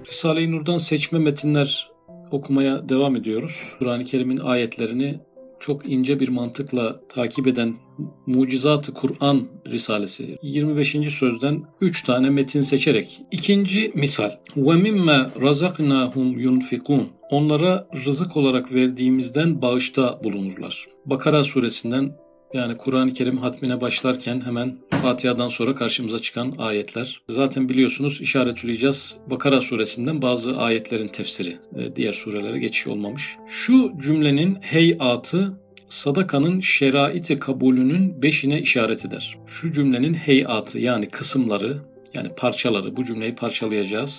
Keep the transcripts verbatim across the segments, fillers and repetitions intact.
Risale-i Nur'dan seçme metinler okumaya devam ediyoruz. Kur'an-ı Kerim'in ayetlerini çok ince bir mantıkla takip eden Mucizat-ı Kur'an Risalesi yirmi beşinci sözden üç tane metin seçerek. İkinci misal. وَمِمَّا رَزَقْنَاهُمْ يُنْفِقُونَ Onlara rızık olarak verdiğimizden bağışta bulunurlar. Bakara suresinden, yani Kur'an-ı Kerim hatmine başlarken hemen Fatiha'dan sonra karşımıza çıkan ayetler. Zaten biliyorsunuz İşaretül İcaz Bakara suresinden bazı ayetlerin tefsiri. Diğer surelere geçiş olmamış. Şu cümlenin heyatı sadakanın şerait-i kabulünün beşine işaret eder. Şu cümlenin heyatı, yani kısımları, yani parçaları, bu cümleyi parçalayacağız.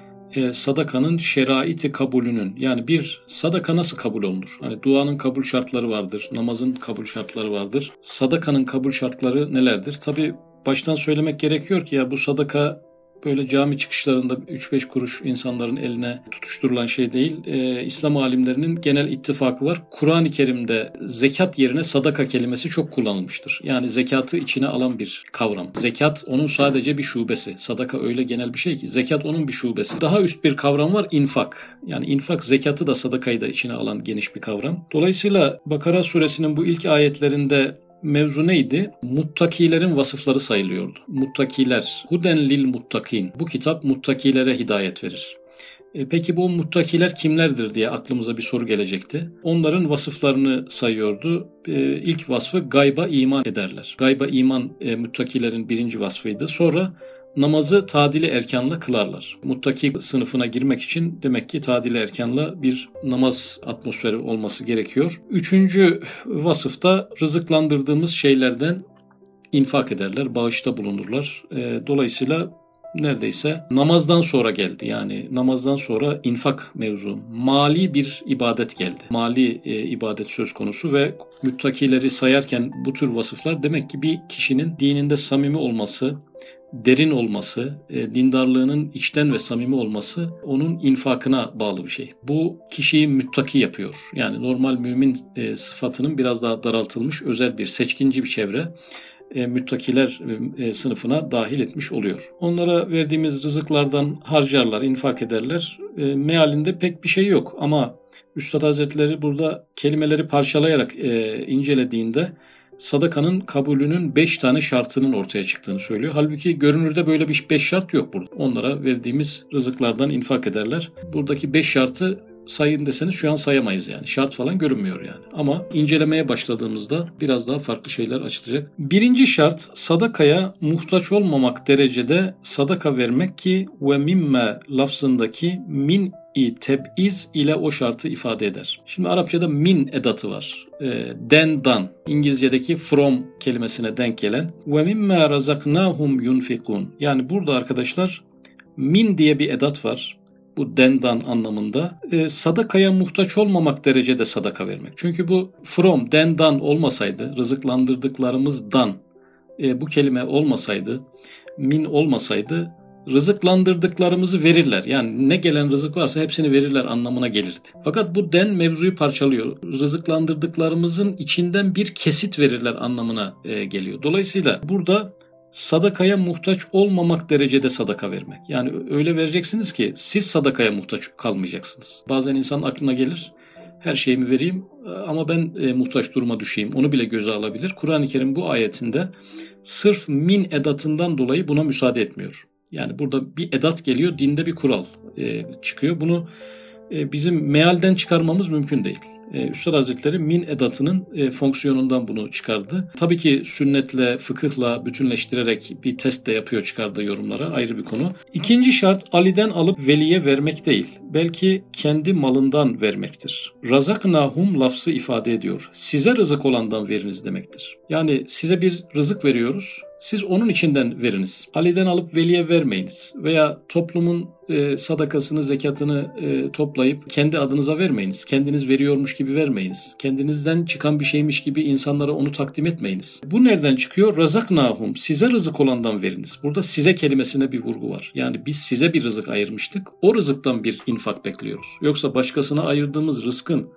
E, sadakanın şerait-i kabulünün, yani bir sadaka nasıl kabul olunur? Hani duanın kabul şartları vardır, namazın kabul şartları vardır. Sadakanın kabul şartları nelerdir? Tabii baştan söylemek gerekiyor ki ya bu sadaka böyle cami çıkışlarında üç beş kuruş insanların eline tutuşturulan şey değil. Ee, İslam alimlerinin genel ittifakı var. Kur'an-ı Kerim'de zekat yerine sadaka kelimesi çok kullanılmıştır. Yani zekatı içine alan bir kavram. Zekat onun sadece bir şubesi. Sadaka öyle genel bir şey ki. Zekat onun bir şubesi. Daha üst bir kavram var, infak. Yani infak zekatı da sadakayı da içine alan geniş bir kavram. Dolayısıyla Bakara suresinin bu ilk ayetlerinde mevzu neydi? Muttakilerin vasıfları sayılıyordu. Muttakiler, huden lil muttakin. Bu kitap muttakilere hidayet verir. E peki bu muttakiler kimlerdir diye aklımıza bir soru gelecekti. Onların vasıflarını sayıyordu. E, ilk vasfı gayba iman ederler. Gayba iman e, muttakilerin birinci vasfıydı. Sonra namazı tadili erkanla kılarlar. Muttaki sınıfına girmek için demek ki tadili erkanla bir namaz atmosferi olması gerekiyor. Üçüncü vasıfta rızıklandırdığımız şeylerden infak ederler, bağışta bulunurlar. Dolayısıyla neredeyse namazdan sonra geldi. Yani namazdan sonra infak mevzu, mali bir ibadet geldi. Mali e, ibadet söz konusu ve muttakileri sayarken bu tür vasıflar demek ki bir kişinin dininde samimi olması, derin olması, e, dindarlığının içten ve samimi olması onun infakına bağlı bir şey. Bu kişiyi müttaki yapıyor. Yani normal mümin e, sıfatının biraz daha daraltılmış, özel bir, seçkinci bir çevre e, müttakiler e, sınıfına dahil etmiş oluyor. Onlara verdiğimiz rızıklardan harcarlar, infak ederler. E, mealinde pek bir şey yok ama Üstad Hazretleri burada kelimeleri parçalayarak e, incelediğinde sadakanın kabulünün beş tane şartının ortaya çıktığını söylüyor. Halbuki görünürde böyle bir beş şart yok burada. Onlara verdiğimiz rızıklardan infak ederler. Buradaki beş şartı sayın deseniz şu an sayamayız yani. Şart falan görünmüyor yani. Ama incelemeye başladığımızda biraz daha farklı şeyler açılacak. Birinci şart, sadakaya muhtaç olmamak derecede sadaka vermek ki ve mimme lafzındaki min i teb'iz ile o şartı ifade eder. Şimdi Arapçada min edatı var. E, den, dan. İngilizce'deki from kelimesine denk gelen. Ve mimme razaknahum yunfikun. Yani burada arkadaşlar min diye bir edat var. Bu dendan anlamında. E, sadakaya muhtaç olmamak derecede sadaka vermek. Çünkü bu from, dendan olmasaydı, rızıklandırdıklarımızdan e, bu kelime olmasaydı, min olmasaydı, rızıklandırdıklarımızı verirler. Yani ne gelen rızık varsa hepsini verirler anlamına gelirdi. Fakat bu den mevzuyu parçalıyor. Rızıklandırdıklarımızın içinden bir kesit verirler anlamına e, geliyor. Dolayısıyla burada sadakaya muhtaç olmamak derecede sadaka vermek. Yani öyle vereceksiniz ki siz sadakaya muhtaç kalmayacaksınız. Bazen insanın aklına gelir, her şeyimi vereyim ama ben e, muhtaç duruma düşeyim. Onu bile göze alabilir. Kur'an-ı Kerim bu ayetinde sırf min edatından dolayı buna müsaade etmiyor. Yani burada bir edat geliyor, dinde bir kural e, çıkıyor. Bunu e, bizim mealden çıkarmamız mümkün değil. E, Üstad Hazretleri min edatının e, fonksiyonundan bunu çıkardı. Tabii ki sünnetle, fıkıhla bütünleştirerek bir test de yapıyor çıkardığı yorumlara, ayrı bir konu. İkinci şart, Ali'den alıp veliye vermek değil, belki kendi malından vermektir. Razaknahum lafzı ifade ediyor. Size rızık olandan veriniz demektir. Yani size bir rızık veriyoruz. Siz onun içinden veriniz. Ali'den alıp veliye vermeyiniz. Veya toplumun e, sadakasını, zekatını e, toplayıp kendi adınıza vermeyiniz. Kendiniz veriyormuş gibi vermeyiniz. Kendinizden çıkan bir şeymiş gibi insanlara onu takdim etmeyiniz. Bu nereden çıkıyor? Razaknahum. Size rızık olandan veriniz. Burada size kelimesine bir vurgu var. Yani biz size bir rızık ayırmıştık. O rızıktan bir infak bekliyoruz. Yoksa başkasına ayırdığımız rızkın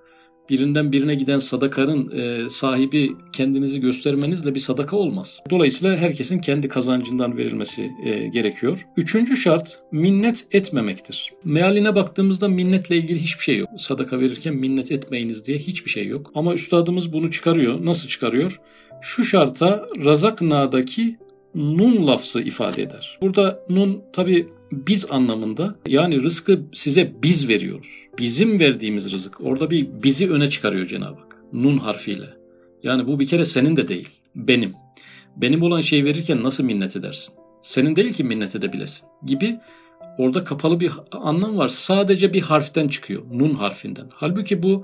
birinden birine giden sadakanın e, sahibi kendinizi göstermenizle bir sadaka olmaz. Dolayısıyla herkesin kendi kazancından verilmesi e, gerekiyor. Üçüncü şart minnet etmemektir. Mealine baktığımızda minnetle ilgili hiçbir şey yok. Sadaka verirken minnet etmeyiniz diye hiçbir şey yok. Ama üstadımız bunu çıkarıyor. Nasıl çıkarıyor? Şu şarta razakna'daki nun lafzı ifade eder. Burada nun tabi biz anlamında, yani rızkı size biz veriyoruz. Bizim verdiğimiz rızık. Orada bir bizi öne çıkarıyor Cenab-ı Hak. Nun harfiyle. Yani bu bir kere senin de değil. Benim. Benim olan şeyi verirken nasıl minnet edersin? Senin değil ki minnet edebilesin gibi orada kapalı bir anlam var. Sadece bir harften çıkıyor. Nun harfinden. Halbuki bu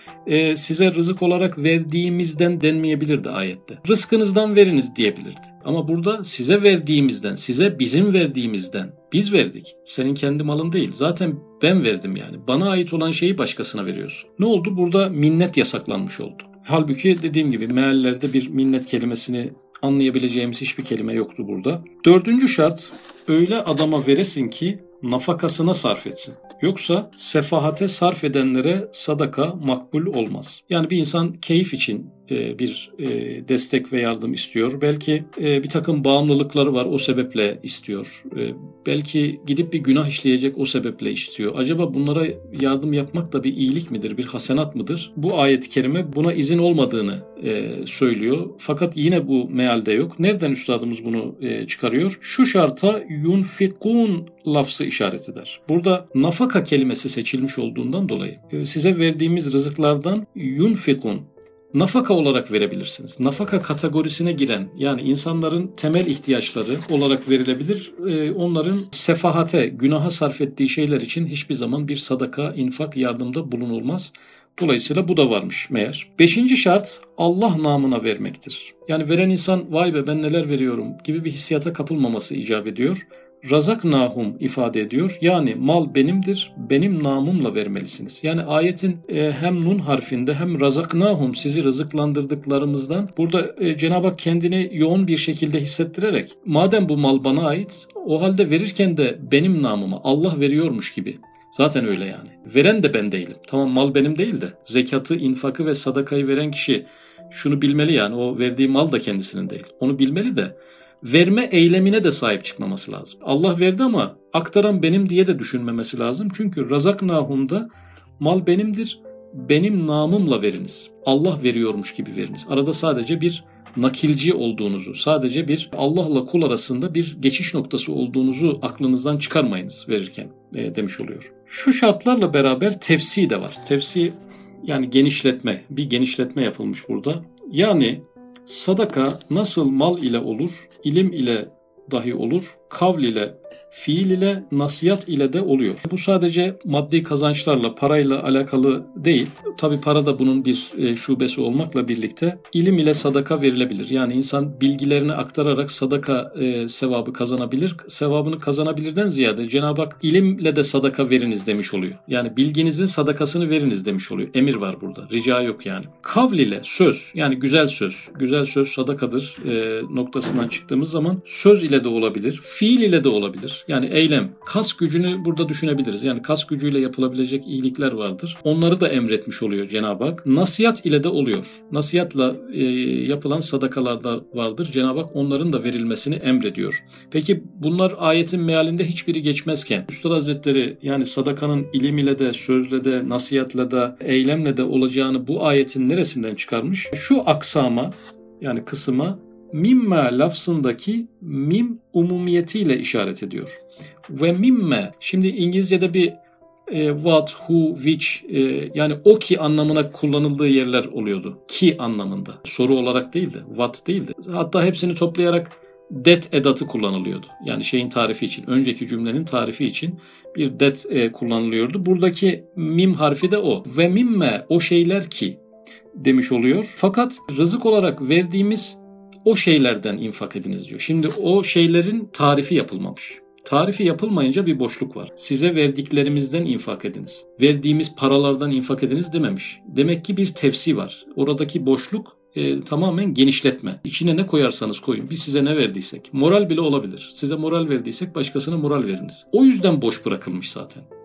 e, size rızık olarak verdiğimizden denmeyebilirdi ayette. Rızkınızdan veriniz diyebilirdi. Ama burada size verdiğimizden, size bizim verdiğimizden, biz verdik. Senin kendi malın değil. Zaten ben verdim yani. Bana ait olan şeyi başkasına veriyorsun. Ne oldu? Burada minnet yasaklanmış oldu. Halbuki dediğim gibi meallerde bir minnet kelimesini anlayabileceğimiz hiçbir kelime yoktu burada. Dördüncü şart, öyle adama veresin ki nafakasına sarf etsin. Yoksa sefahate sarf edenlere sadaka makbul olmaz. Yani bir insan keyif için bir destek ve yardım istiyor. Belki bir takım bağımlılıkları var, o sebeple istiyor. Belki gidip bir günah işleyecek, o sebeple istiyor. Acaba bunlara yardım yapmak da bir iyilik midir, bir hasenat mıdır? Bu ayet-i kerime buna izin olmadığını söylüyor. Fakat yine bu mealde yok. Nereden üstadımız bunu çıkarıyor? Şu şarta yunfikun lafzı işaret eder. Burada nafaka kelimesi seçilmiş olduğundan dolayı size verdiğimiz rızıklardan yunfikun, nafaka olarak verebilirsiniz. Nafaka kategorisine giren, yani insanların temel ihtiyaçları olarak verilebilir. Ee, onların sefahate, günaha sarf ettiği şeyler için hiçbir zaman bir sadaka, infak, yardımda bulunulmaz. Dolayısıyla bu da varmış meğer. Beşinci şart Allah namına vermektir. Yani veren insan vay be ben neler veriyorum gibi bir hissiyata kapılmaması icap ediyor. Razaknahum ifade ediyor. Yani mal benimdir, benim namımla vermelisiniz. Yani ayetin e, hem nun harfinde hem razaknahum sizi rızıklandırdıklarımızdan burada e, Cenab-ı Hak kendini yoğun bir şekilde hissettirerek madem bu mal bana ait o halde verirken de benim namıma Allah veriyormuş gibi. Zaten öyle yani. Veren de ben değilim. Tamam mal benim değil de zekatı, infakı ve sadakayı veren kişi şunu bilmeli, yani o verdiği mal da kendisinin değil. Onu bilmeli de verme eylemine de sahip çıkmaması lazım. Allah verdi ama aktaran benim diye de düşünmemesi lazım. Çünkü razaknahum'da mal benimdir, benim namımla veriniz. Allah veriyormuş gibi veriniz. Arada sadece bir nakilci olduğunuzu, sadece bir Allah'la kul arasında bir geçiş noktası olduğunuzu aklınızdan çıkarmayınız verirken e, demiş oluyor. Şu şartlarla beraber tefsi de var. Tefsi yani genişletme, bir genişletme yapılmış burada. Yani sadaka nasıl mal ile olur, ilim ile dahi olur, kavl ile, fiil ile, nasihat ile de oluyor. Bu sadece maddi kazançlarla, parayla alakalı değil. Tabii para da bunun bir şubesi olmakla birlikte ilim ile sadaka verilebilir. Yani insan bilgilerini aktararak sadaka e, sevabı kazanabilir. Sevabını kazanabilirden ziyade Cenab-ı Hak ilimle de sadaka veriniz demiş oluyor. Yani bilginizin sadakasını veriniz demiş oluyor. Emir var burada. Rica yok yani. Kavl ile söz, yani güzel söz. Güzel söz sadakadır e, noktasından çıktığımız zaman söz ile de olabilir. Fiil ile de olabilir. Yani eylem, kas gücünü burada düşünebiliriz. Yani kas gücüyle yapılabilecek iyilikler vardır. Onları da emretmiş oluyor Cenab-ı Hak. Nasihat ile de oluyor. Nasihatla e, yapılan sadakalar da vardır. Cenab-ı Hak onların da verilmesini emrediyor. Peki bunlar ayetin mealinde hiçbiri geçmezken Üstad Hazretleri yani sadakanın ilim ile de, sözle de, nasihatle de, eylemle de olacağını bu ayetin neresinden çıkarmış? Şu aksama, yani kısma mimme lafzındaki mim umumiyetiyle işaret ediyor. Ve mimme, şimdi İngilizce'de bir e, what, who, which e, yani o ki anlamına kullanıldığı yerler oluyordu. Ki anlamında. Soru olarak değildi. What değildi. Hatta hepsini toplayarak that edatı kullanılıyordu. Yani şeyin tarifi için, önceki cümlenin tarifi için bir that e, kullanılıyordu. Buradaki mim harfi de o. Ve mimme o şeyler ki demiş oluyor. Fakat rızık olarak verdiğimiz o şeylerden infak ediniz diyor. Şimdi o şeylerin tarifi yapılmamış. Tarifi yapılmayınca bir boşluk var. Size verdiklerimizden infak ediniz. Verdiğimiz paralardan infak ediniz dememiş. Demek ki bir tefsi var. Oradaki boşluk e, tamamen genişletme. İçine ne koyarsanız koyun. Biz size ne verdiysek. Moral bile olabilir. Size moral verdiysek başkasına moral veriniz. O yüzden boş bırakılmış zaten.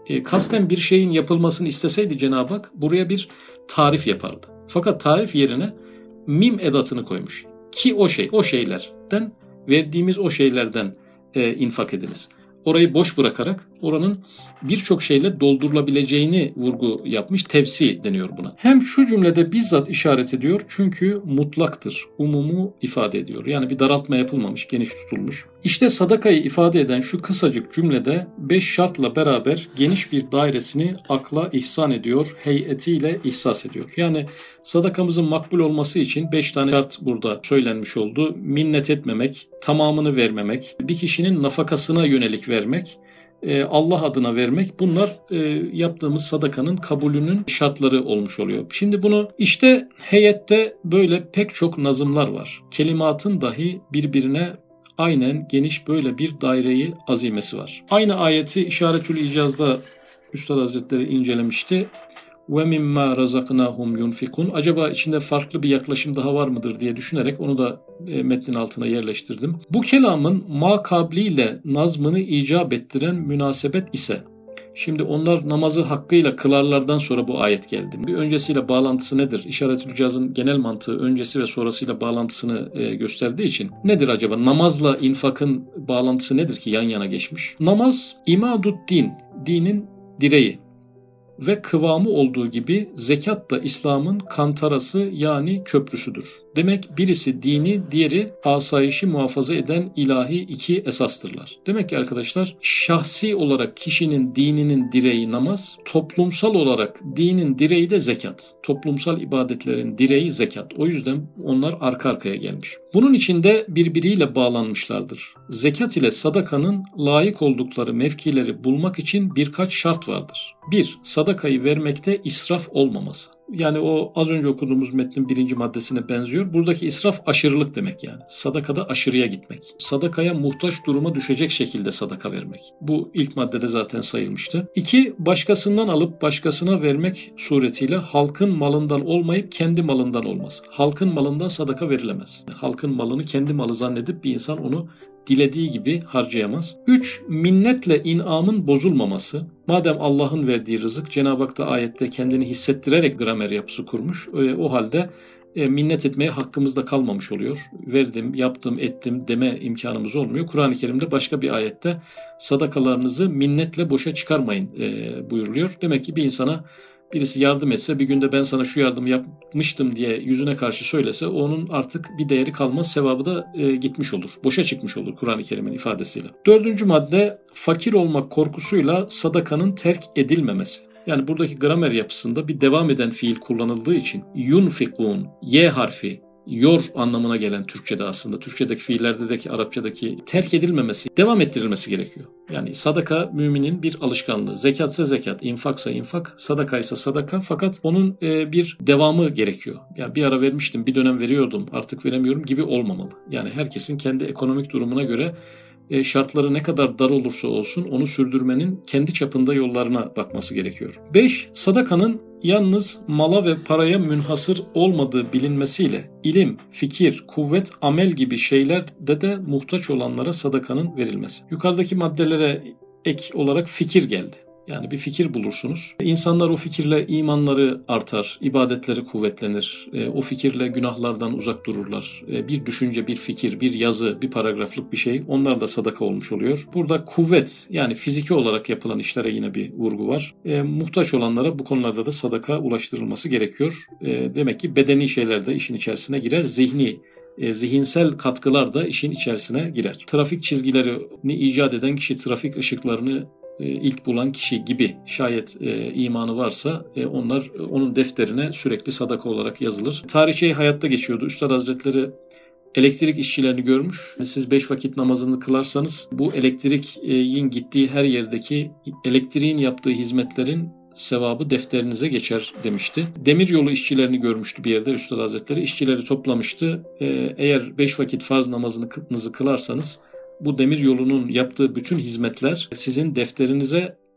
e, kasten bir şeyin yapılmasını isteseydi Cenab-ı Hak buraya bir tarif yapardı. Fakat tarif yerine mim edatını koymuş. Ki o şey, o şeylerden, verdiğimiz o şeylerden e, infak ediniz. Orayı boş bırakarak oranın birçok şeyle doldurulabileceğini vurgu yapmış. Tevsi deniyor buna. Hem şu cümlede bizzat işaret ediyor çünkü mutlaktır. Umumu ifade ediyor. Yani bir daraltma yapılmamış, geniş tutulmuş. İşte sadakayı ifade eden şu kısacık cümlede beş şartla beraber geniş bir dairesini akla ihsan ediyor, heyetiyle ihsas ediyor. Yani sadakamızın makbul olması için beş tane şart burada söylenmiş oldu. Minnet etmemek, tamamını vermemek, bir kişinin nafakasına yönelik vermek, Allah adına vermek, bunlar yaptığımız sadakanın kabulünün şartları olmuş oluyor. Şimdi bunu işte heyette böyle pek çok nazımlar var. Kelimatın dahi birbirine aynen geniş böyle bir daireyi azimesi var. Aynı ayeti İşaretül İcaz'da Üstad Hazretleri incelemişti. وَمِمَّا رَزَقْنَاهُمْ يُنْفِقُونَ. Acaba içinde farklı bir yaklaşım daha var mıdır diye düşünerek onu da e, metnin altına yerleştirdim. Bu kelamın makabliyle nazmını icap ettiren münasebet ise, şimdi onlar namazı hakkıyla kılarlardan sonra bu ayet geldi. Bir öncesiyle bağlantısı nedir? İşaretül İcaz'ın genel mantığı öncesi ve sonrasıyla bağlantısını e, gösterdiği için nedir acaba? Namazla infakın bağlantısı nedir ki yan yana geçmiş? Namaz imadud din, dinin direği. Ve kıvamı olduğu gibi zekat da İslam'ın kantarası yani köprüsüdür. Demek birisi dini, diğeri asayişi muhafaza eden ilahi iki esastırlar. Demek ki arkadaşlar şahsi olarak kişinin dininin direği namaz, toplumsal olarak dinin direği de zekat. Toplumsal ibadetlerin direği zekat. O yüzden onlar arka arkaya gelmiş. Bunun içinde birbiriyle bağlanmışlardır. Zekat ile sadakanın layık oldukları mevkileri bulmak için birkaç şart vardır. Bir, sadakayı vermekte israf olmaması. Yani o az önce okuduğumuz metnin birinci maddesine benziyor. Buradaki israf aşırılık demek yani. Sadakada aşırıya gitmek. Sadakaya muhtaç duruma düşecek şekilde sadaka vermek. Bu ilk maddede zaten sayılmıştı. İki, başkasından alıp başkasına vermek suretiyle halkın malından olmayıp kendi malından olması. Halkın malından sadaka verilemez. Halkın malını kendi malı zannedip bir insan onu dilediği gibi harcayamaz. Üç, minnetle inamın bozulmaması. Madem Allah'ın verdiği rızık, Cenab-ı Hak da ayette kendini hissettirerek gramer yapısı kurmuş. O halde e, minnet etmeye hakkımızda kalmamış oluyor. Verdim, yaptım, ettim deme imkanımız olmuyor. Kur'an-ı Kerim'de başka bir ayette sadakalarınızı minnetle boşa çıkarmayın e, buyuruluyor. Demek ki bir insana birisi yardım etse, bir günde ben sana şu yardımı yapmıştım diye yüzüne karşı söylese, onun artık bir değeri kalmaz, sevabı da e, gitmiş olur. Boşa çıkmış olur Kur'an-ı Kerim'in ifadesiyle. Dördüncü madde, fakir olmak korkusuyla sadakanın terk edilmemesi. Yani buradaki gramer yapısında bir devam eden fiil kullanıldığı için yunfikun, y harfi, yor anlamına gelen Türkçe'de aslında, Türkçedeki fiillerdeki Arapçadaki terk edilmemesi, devam ettirilmesi gerekiyor. Yani sadaka müminin bir alışkanlığı. Zekatsa zekat, infaksa infak, sadakaysa sadaka, fakat onun e, bir devamı gerekiyor. Yani bir ara vermiştim, bir dönem veriyordum, artık veremiyorum gibi olmamalı. Yani herkesin kendi ekonomik durumuna göre e, şartları ne kadar dar olursa olsun onu sürdürmenin kendi çapında yollarına bakması gerekiyor. beş. Sadakanın yalnız mala ve paraya münhasır olmadığı bilinmesiyle ilim, fikir, kuvvet, amel gibi şeylerde de muhtaç olanlara sadakanın verilmesi. Yukarıdaki maddelere ek olarak fikir geldi. Yani bir fikir bulursunuz. İnsanlar o fikirle imanları artar, ibadetleri kuvvetlenir. O fikirle günahlardan uzak dururlar. Bir düşünce, bir fikir, bir yazı, bir paragraflık bir şey, onlar da sadaka olmuş oluyor. Burada kuvvet, yani fiziki olarak yapılan işlere yine bir vurgu var. E, muhtaç olanlara bu konularda da sadaka ulaştırılması gerekiyor. E, demek ki bedeni şeyler de işin içerisine girer. Zihni, E, zihinsel katkılar da işin içerisine girer. Trafik çizgilerini icat eden kişi, trafik ışıklarını ilk bulan kişi gibi şayet e, imanı varsa e, onlar onun defterine sürekli sadaka olarak yazılır. Tarihçeyi hayatta geçiyordu. Üstad Hazretleri elektrik işçilerini görmüş. Siz beş vakit namazını kılarsanız bu elektriğin gittiği her yerdeki elektriğin yaptığı hizmetlerin sevabı defterinize geçer demişti. Demiryolu işçilerini görmüştü bir yerde Üstad Hazretleri. İşçileri toplamıştı. E, eğer beş vakit farz namazını kılarsanız bu demir yolunun yaptığı bütün hizmetler sizin defterinize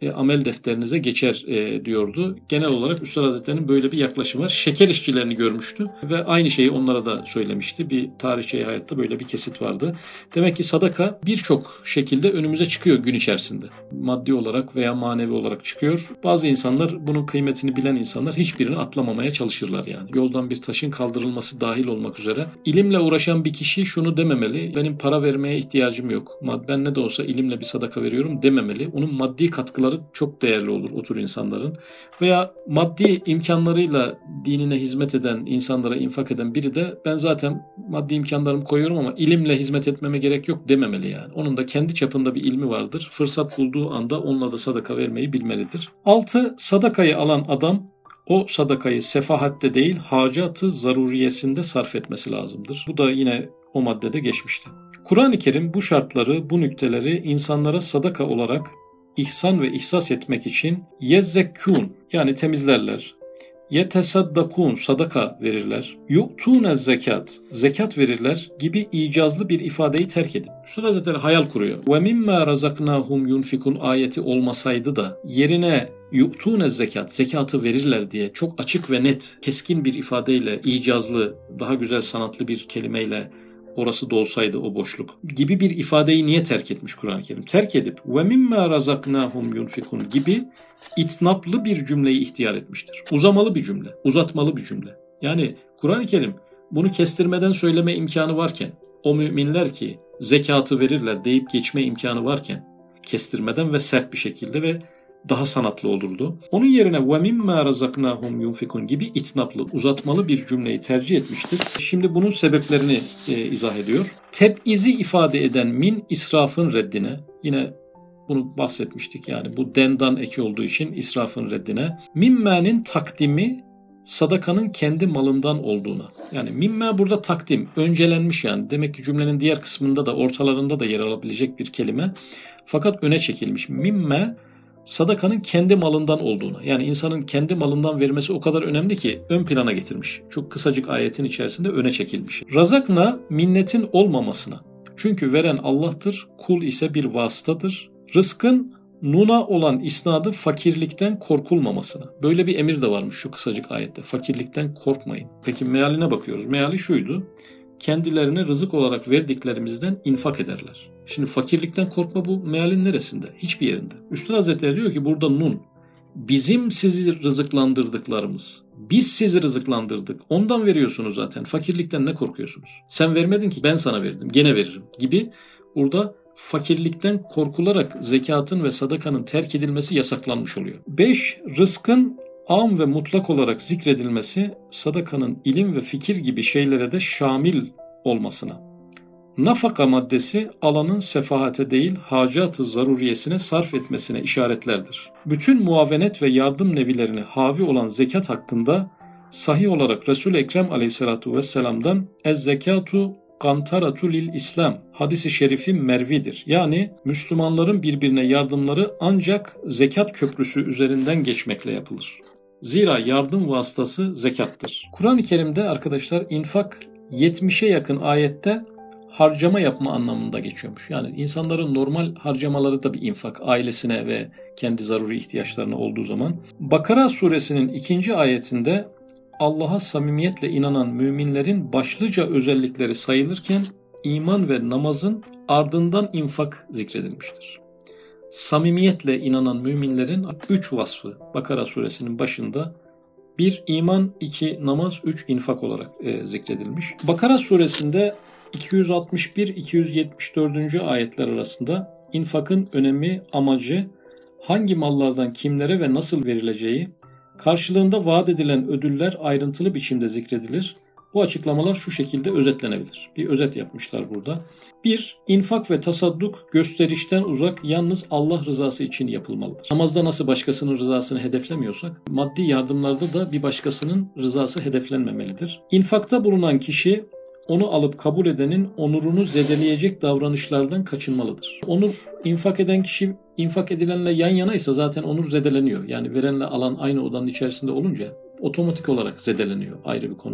e, amel defterinize geçer e, diyordu. Genel olarak Üstad Hazretleri'nin böyle bir yaklaşımı var. Şeker işçilerini görmüştü ve aynı şeyi onlara da söylemişti. Bir tarihçi hayatta böyle bir kesit vardı. Demek ki sadaka birçok şekilde önümüze çıkıyor gün içerisinde. Maddi olarak veya manevi olarak çıkıyor. Bazı insanlar, bunun kıymetini bilen insanlar hiçbirini atlamamaya çalışırlar yani. Yoldan bir taşın kaldırılması dahil olmak üzere. İlimle uğraşan bir kişi şunu dememeli: benim para vermeye ihtiyacım yok, ben ne de olsa ilimle bir sadaka veriyorum dememeli. Onun maddi katkıları çok değerli olur o tür insanların. Veya maddi imkanlarıyla dinine hizmet eden, insanlara infak eden biri de ben zaten maddi imkanlarımı koyuyorum ama ilimle hizmet etmeme gerek yok dememeli yani. Onun da kendi çapında bir ilmi vardır. Fırsat bulduğu anda onunla da sadaka vermeyi bilmelidir. altı. Sadakayı alan adam o sadakayı sefahatte değil, hacatı zaruriyesinde sarf etmesi lazımdır. Bu da yine o maddede geçmişti. Kur'an-ı Kerim bu şartları, bu nükteleri insanlara sadaka olarak ihsan ve ihsas etmek için yezzekkûn yani temizlerler, yetesaddakûn sadaka verirler, yu'tûne zekat zekat verirler gibi icazlı bir ifadeyi terk edip Üstad Hazretleri hayal kuruyor. Ve mimmâ razaknâhum yunfikun ayeti olmasaydı da yerine yu'tûne zekat zekatı verirler diye çok açık ve net, keskin bir ifadeyle, icazlı, daha güzel sanatlı bir kelimeyle orası dolsaydı o boşluk gibi bir ifadeyi niye terk etmiş Kur'an-ı Kerim? Terk edip ve mimmâ razaknâhum yunfikun gibi itnaplı bir cümleyi ihtiyar etmiştir. Uzamalı bir cümle, uzatmalı bir cümle. Yani Kur'an-ı Kerim bunu kestirmeden söyleme imkanı varken, o müminler ki zekatı verirler deyip geçme imkanı varken, kestirmeden ve sert bir şekilde ve daha sanatlı olurdu. Onun yerine وَمِمَّا رَزَقْنَاهُمْ يُنْفِقُونَ gibi itnaplı, uzatmalı bir cümleyi tercih etmiştir. Şimdi bunun sebeplerini e, izah ediyor. Teb'izi ifade eden min israfın reddine, yine bunu bahsetmiştik yani bu dendan eki olduğu için israfın reddine, mimmâ'nin takdimi sadakanın kendi malından olduğuna. Yani mimme burada takdim, öncelenmiş yani. Demek ki cümlenin diğer kısmında da ortalarında da yer alabilecek bir kelime. Fakat öne çekilmiş. Mimme sadakanın kendi malından olduğuna, yani insanın kendi malından vermesi o kadar önemli ki ön plana getirmiş. Çok kısacık ayetin içerisinde öne çekilmiş. Razakna minnetin olmamasına. Çünkü veren Allah'tır, kul ise bir vasıtadır. Rızkın nuna olan isnadı fakirlikten korkulmamasına. Böyle bir emir de varmış şu kısacık ayette. Fakirlikten korkmayın. Peki mealine bakıyoruz. Meali şuydu: kendilerine rızık olarak verdiklerimizden infak ederler. Şimdi fakirlikten korkma bu mealin neresinde? Hiçbir yerinde. Üstad Hazretleri diyor ki burada nun. Bizim sizi rızıklandırdıklarımız. Biz sizi rızıklandırdık. Ondan veriyorsunuz zaten. Fakirlikten ne korkuyorsunuz? Sen vermedin ki ben sana verdim. Gene veririm gibi. Burada fakirlikten korkularak zekatın ve sadakanın terk edilmesi yasaklanmış oluyor. beş. Rızkın am ve mutlak olarak zikredilmesi sadakanın ilim ve fikir gibi şeylere de şamil olmasına. Nafaka maddesi alanın sefahate değil hacat-ı zaruriyesine sarf etmesine işaretlerdir. Bütün muavenet ve yardım nevilerine havi olan zekat hakkında sahih olarak Resul-i Ekrem aleyhissalatu vesselam'dan ez-zekatu kantaratu lil İslam hadisi şerifi mervidir. Yani Müslümanların birbirine yardımları ancak zekat köprüsü üzerinden geçmekle yapılır. Zira yardım vasıtası zekattır. Kur'an-ı Kerim'de arkadaşlar infak yetmişe yakın ayette harcama yapma anlamında geçiyormuş. Yani insanların normal harcamaları da bir infak, ailesine ve kendi zaruri ihtiyaçlarına olduğu zaman. Bakara suresinin ikinci ayetinde Allah'a samimiyetle inanan müminlerin başlıca özellikleri sayılırken iman ve namazın ardından infak zikredilmiştir. Samimiyetle inanan müminlerin üç vasfı Bakara suresinin başında bir iman, iki namaz, üç infak olarak e, zikredilmiş. Bakara suresinde iki yüz altmış bir iki yüz yetmiş dört. ayetler arasında infakın önemi, amacı, hangi mallardan kimlere ve nasıl verileceği, karşılığında vaat edilen ödüller ayrıntılı biçimde zikredilir. Bu açıklamalar şu şekilde özetlenebilir. Bir özet yapmışlar burada. bir. İnfak ve tasadduk gösterişten uzak, yalnız Allah rızası için yapılmalıdır. Namazda nasıl başkasının rızasını hedeflemiyorsak, maddi yardımlarda da bir başkasının rızası hedeflenmemelidir. İnfakta bulunan kişi onu alıp kabul edenin onurunu zedeleyecek davranışlardan kaçınmalıdır. Onur, infak eden kişi infak edilenle yan yanaysa zaten onur zedeleniyor. Yani verenle alan aynı odanın içerisinde olunca otomatik olarak zedeleniyor, ayrı bir konu.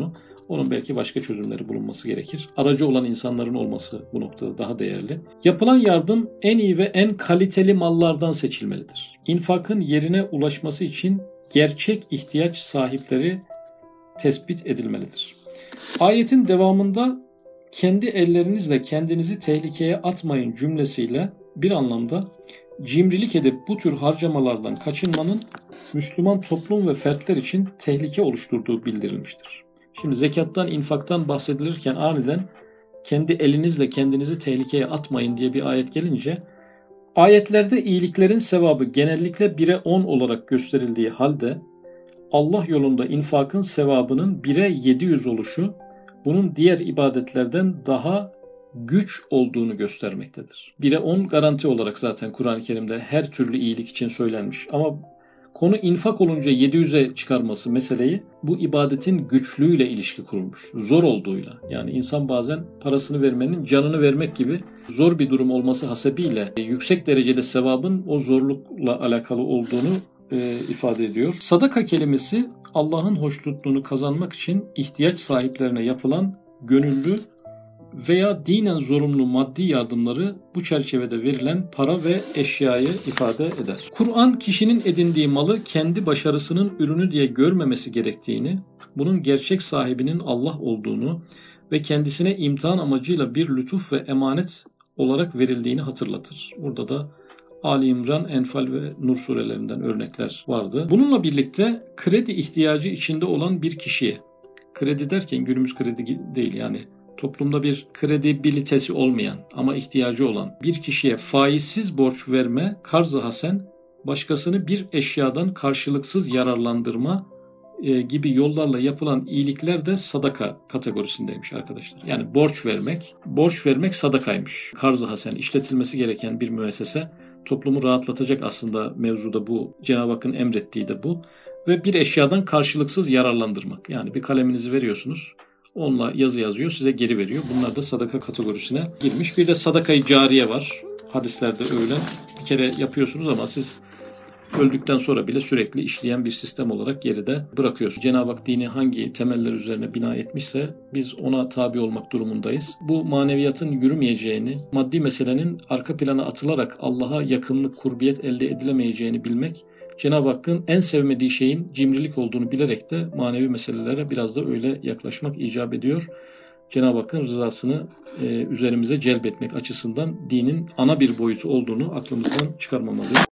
Onun belki başka çözümleri bulunması gerekir. Aracı olan insanların olması bu noktada daha değerli. Yapılan yardım en iyi ve en kaliteli mallardan seçilmelidir. İnfakın yerine ulaşması için gerçek ihtiyaç sahipleri tespit edilmelidir. Ayetin devamında kendi ellerinizle kendinizi tehlikeye atmayın cümlesiyle bir anlamda cimrilik edip bu tür harcamalardan kaçınmanın Müslüman toplum ve fertler için tehlike oluşturduğu bildirilmiştir. Şimdi zekattan, infaktan bahsedilirken aniden kendi elinizle kendinizi tehlikeye atmayın diye bir ayet gelince, ayetlerde iyiliklerin sevabı genellikle bire on olarak gösterildiği halde Allah yolunda infakın sevabının bire yedi yüz oluşu bunun diğer ibadetlerden daha güç olduğunu göstermektedir. bire on garanti olarak zaten Kur'an-ı Kerim'de her türlü iyilik için söylenmiş. Ama konu infak olunca yedi yüze çıkarması meseleyi bu ibadetin güçlüğüyle ilişki kurulmuş. Zor olduğuyla. Yani insan bazen parasını vermenin canını vermek gibi zor bir durum olması hasebiyle yüksek derecede sevabın o zorlukla alakalı olduğunu e, ifade ediyor. Sadaka kelimesi Allah'ın hoşnutluğunu kazanmak için ihtiyaç sahiplerine yapılan gönüllü veya dinen zorunlu maddi yardımları bu çerçevede verilen para ve eşyayı ifade eder. Kur'an kişinin edindiği malı kendi başarısının ürünü diye görmemesi gerektiğini, bunun gerçek sahibinin Allah olduğunu ve kendisine imtihan amacıyla bir lütuf ve emanet olarak verildiğini hatırlatır. Burada da Ali İmran, Enfal ve Nur surelerinden örnekler vardı. Bununla birlikte kredi ihtiyacı içinde olan bir kişiye, kredi derken günümüz kredi değil yani, toplumda bir kredibilitesi olmayan ama ihtiyacı olan bir kişiye faizsiz borç verme, karz-ı hasen, başkasını bir eşyadan karşılıksız yararlandırma e, gibi yollarla yapılan iyilikler de sadaka kategorisindeymiş arkadaşlar. Yani borç vermek, borç vermek sadakaymış. Karz-ı hasen, işletilmesi gereken bir müessese, toplumu rahatlatacak aslında mevzuda bu. Cenab-ı Hakk'ın emrettiği de bu. Ve bir eşyadan karşılıksız yararlandırmak. Yani bir kaleminizi veriyorsunuz. Onunla yazı yazıyor, size geri veriyor. Bunlar da sadaka kategorisine girmiş. Bir de sadaka-i cariye var. Hadislerde öyle. Bir kere yapıyorsunuz ama siz öldükten sonra bile sürekli işleyen bir sistem olarak geride bırakıyorsunuz. Cenab-ı Hak dini hangi temeller üzerine bina etmişse biz ona tabi olmak durumundayız. Bu maneviyatın yürümeyeceğini, maddi meselenin arka plana atılarak Allah'a yakınlık, kurbiyet elde edilemeyeceğini bilmek, Cenab-ı Hakk'ın en sevmediği şeyin cimrilik olduğunu bilerek de manevi meselelere biraz da öyle yaklaşmak icap ediyor. Cenab-ı Hakk'ın rızasını e, üzerimize celbetmek açısından dinin ana bir boyutu olduğunu aklımızdan çıkarmamalıyız.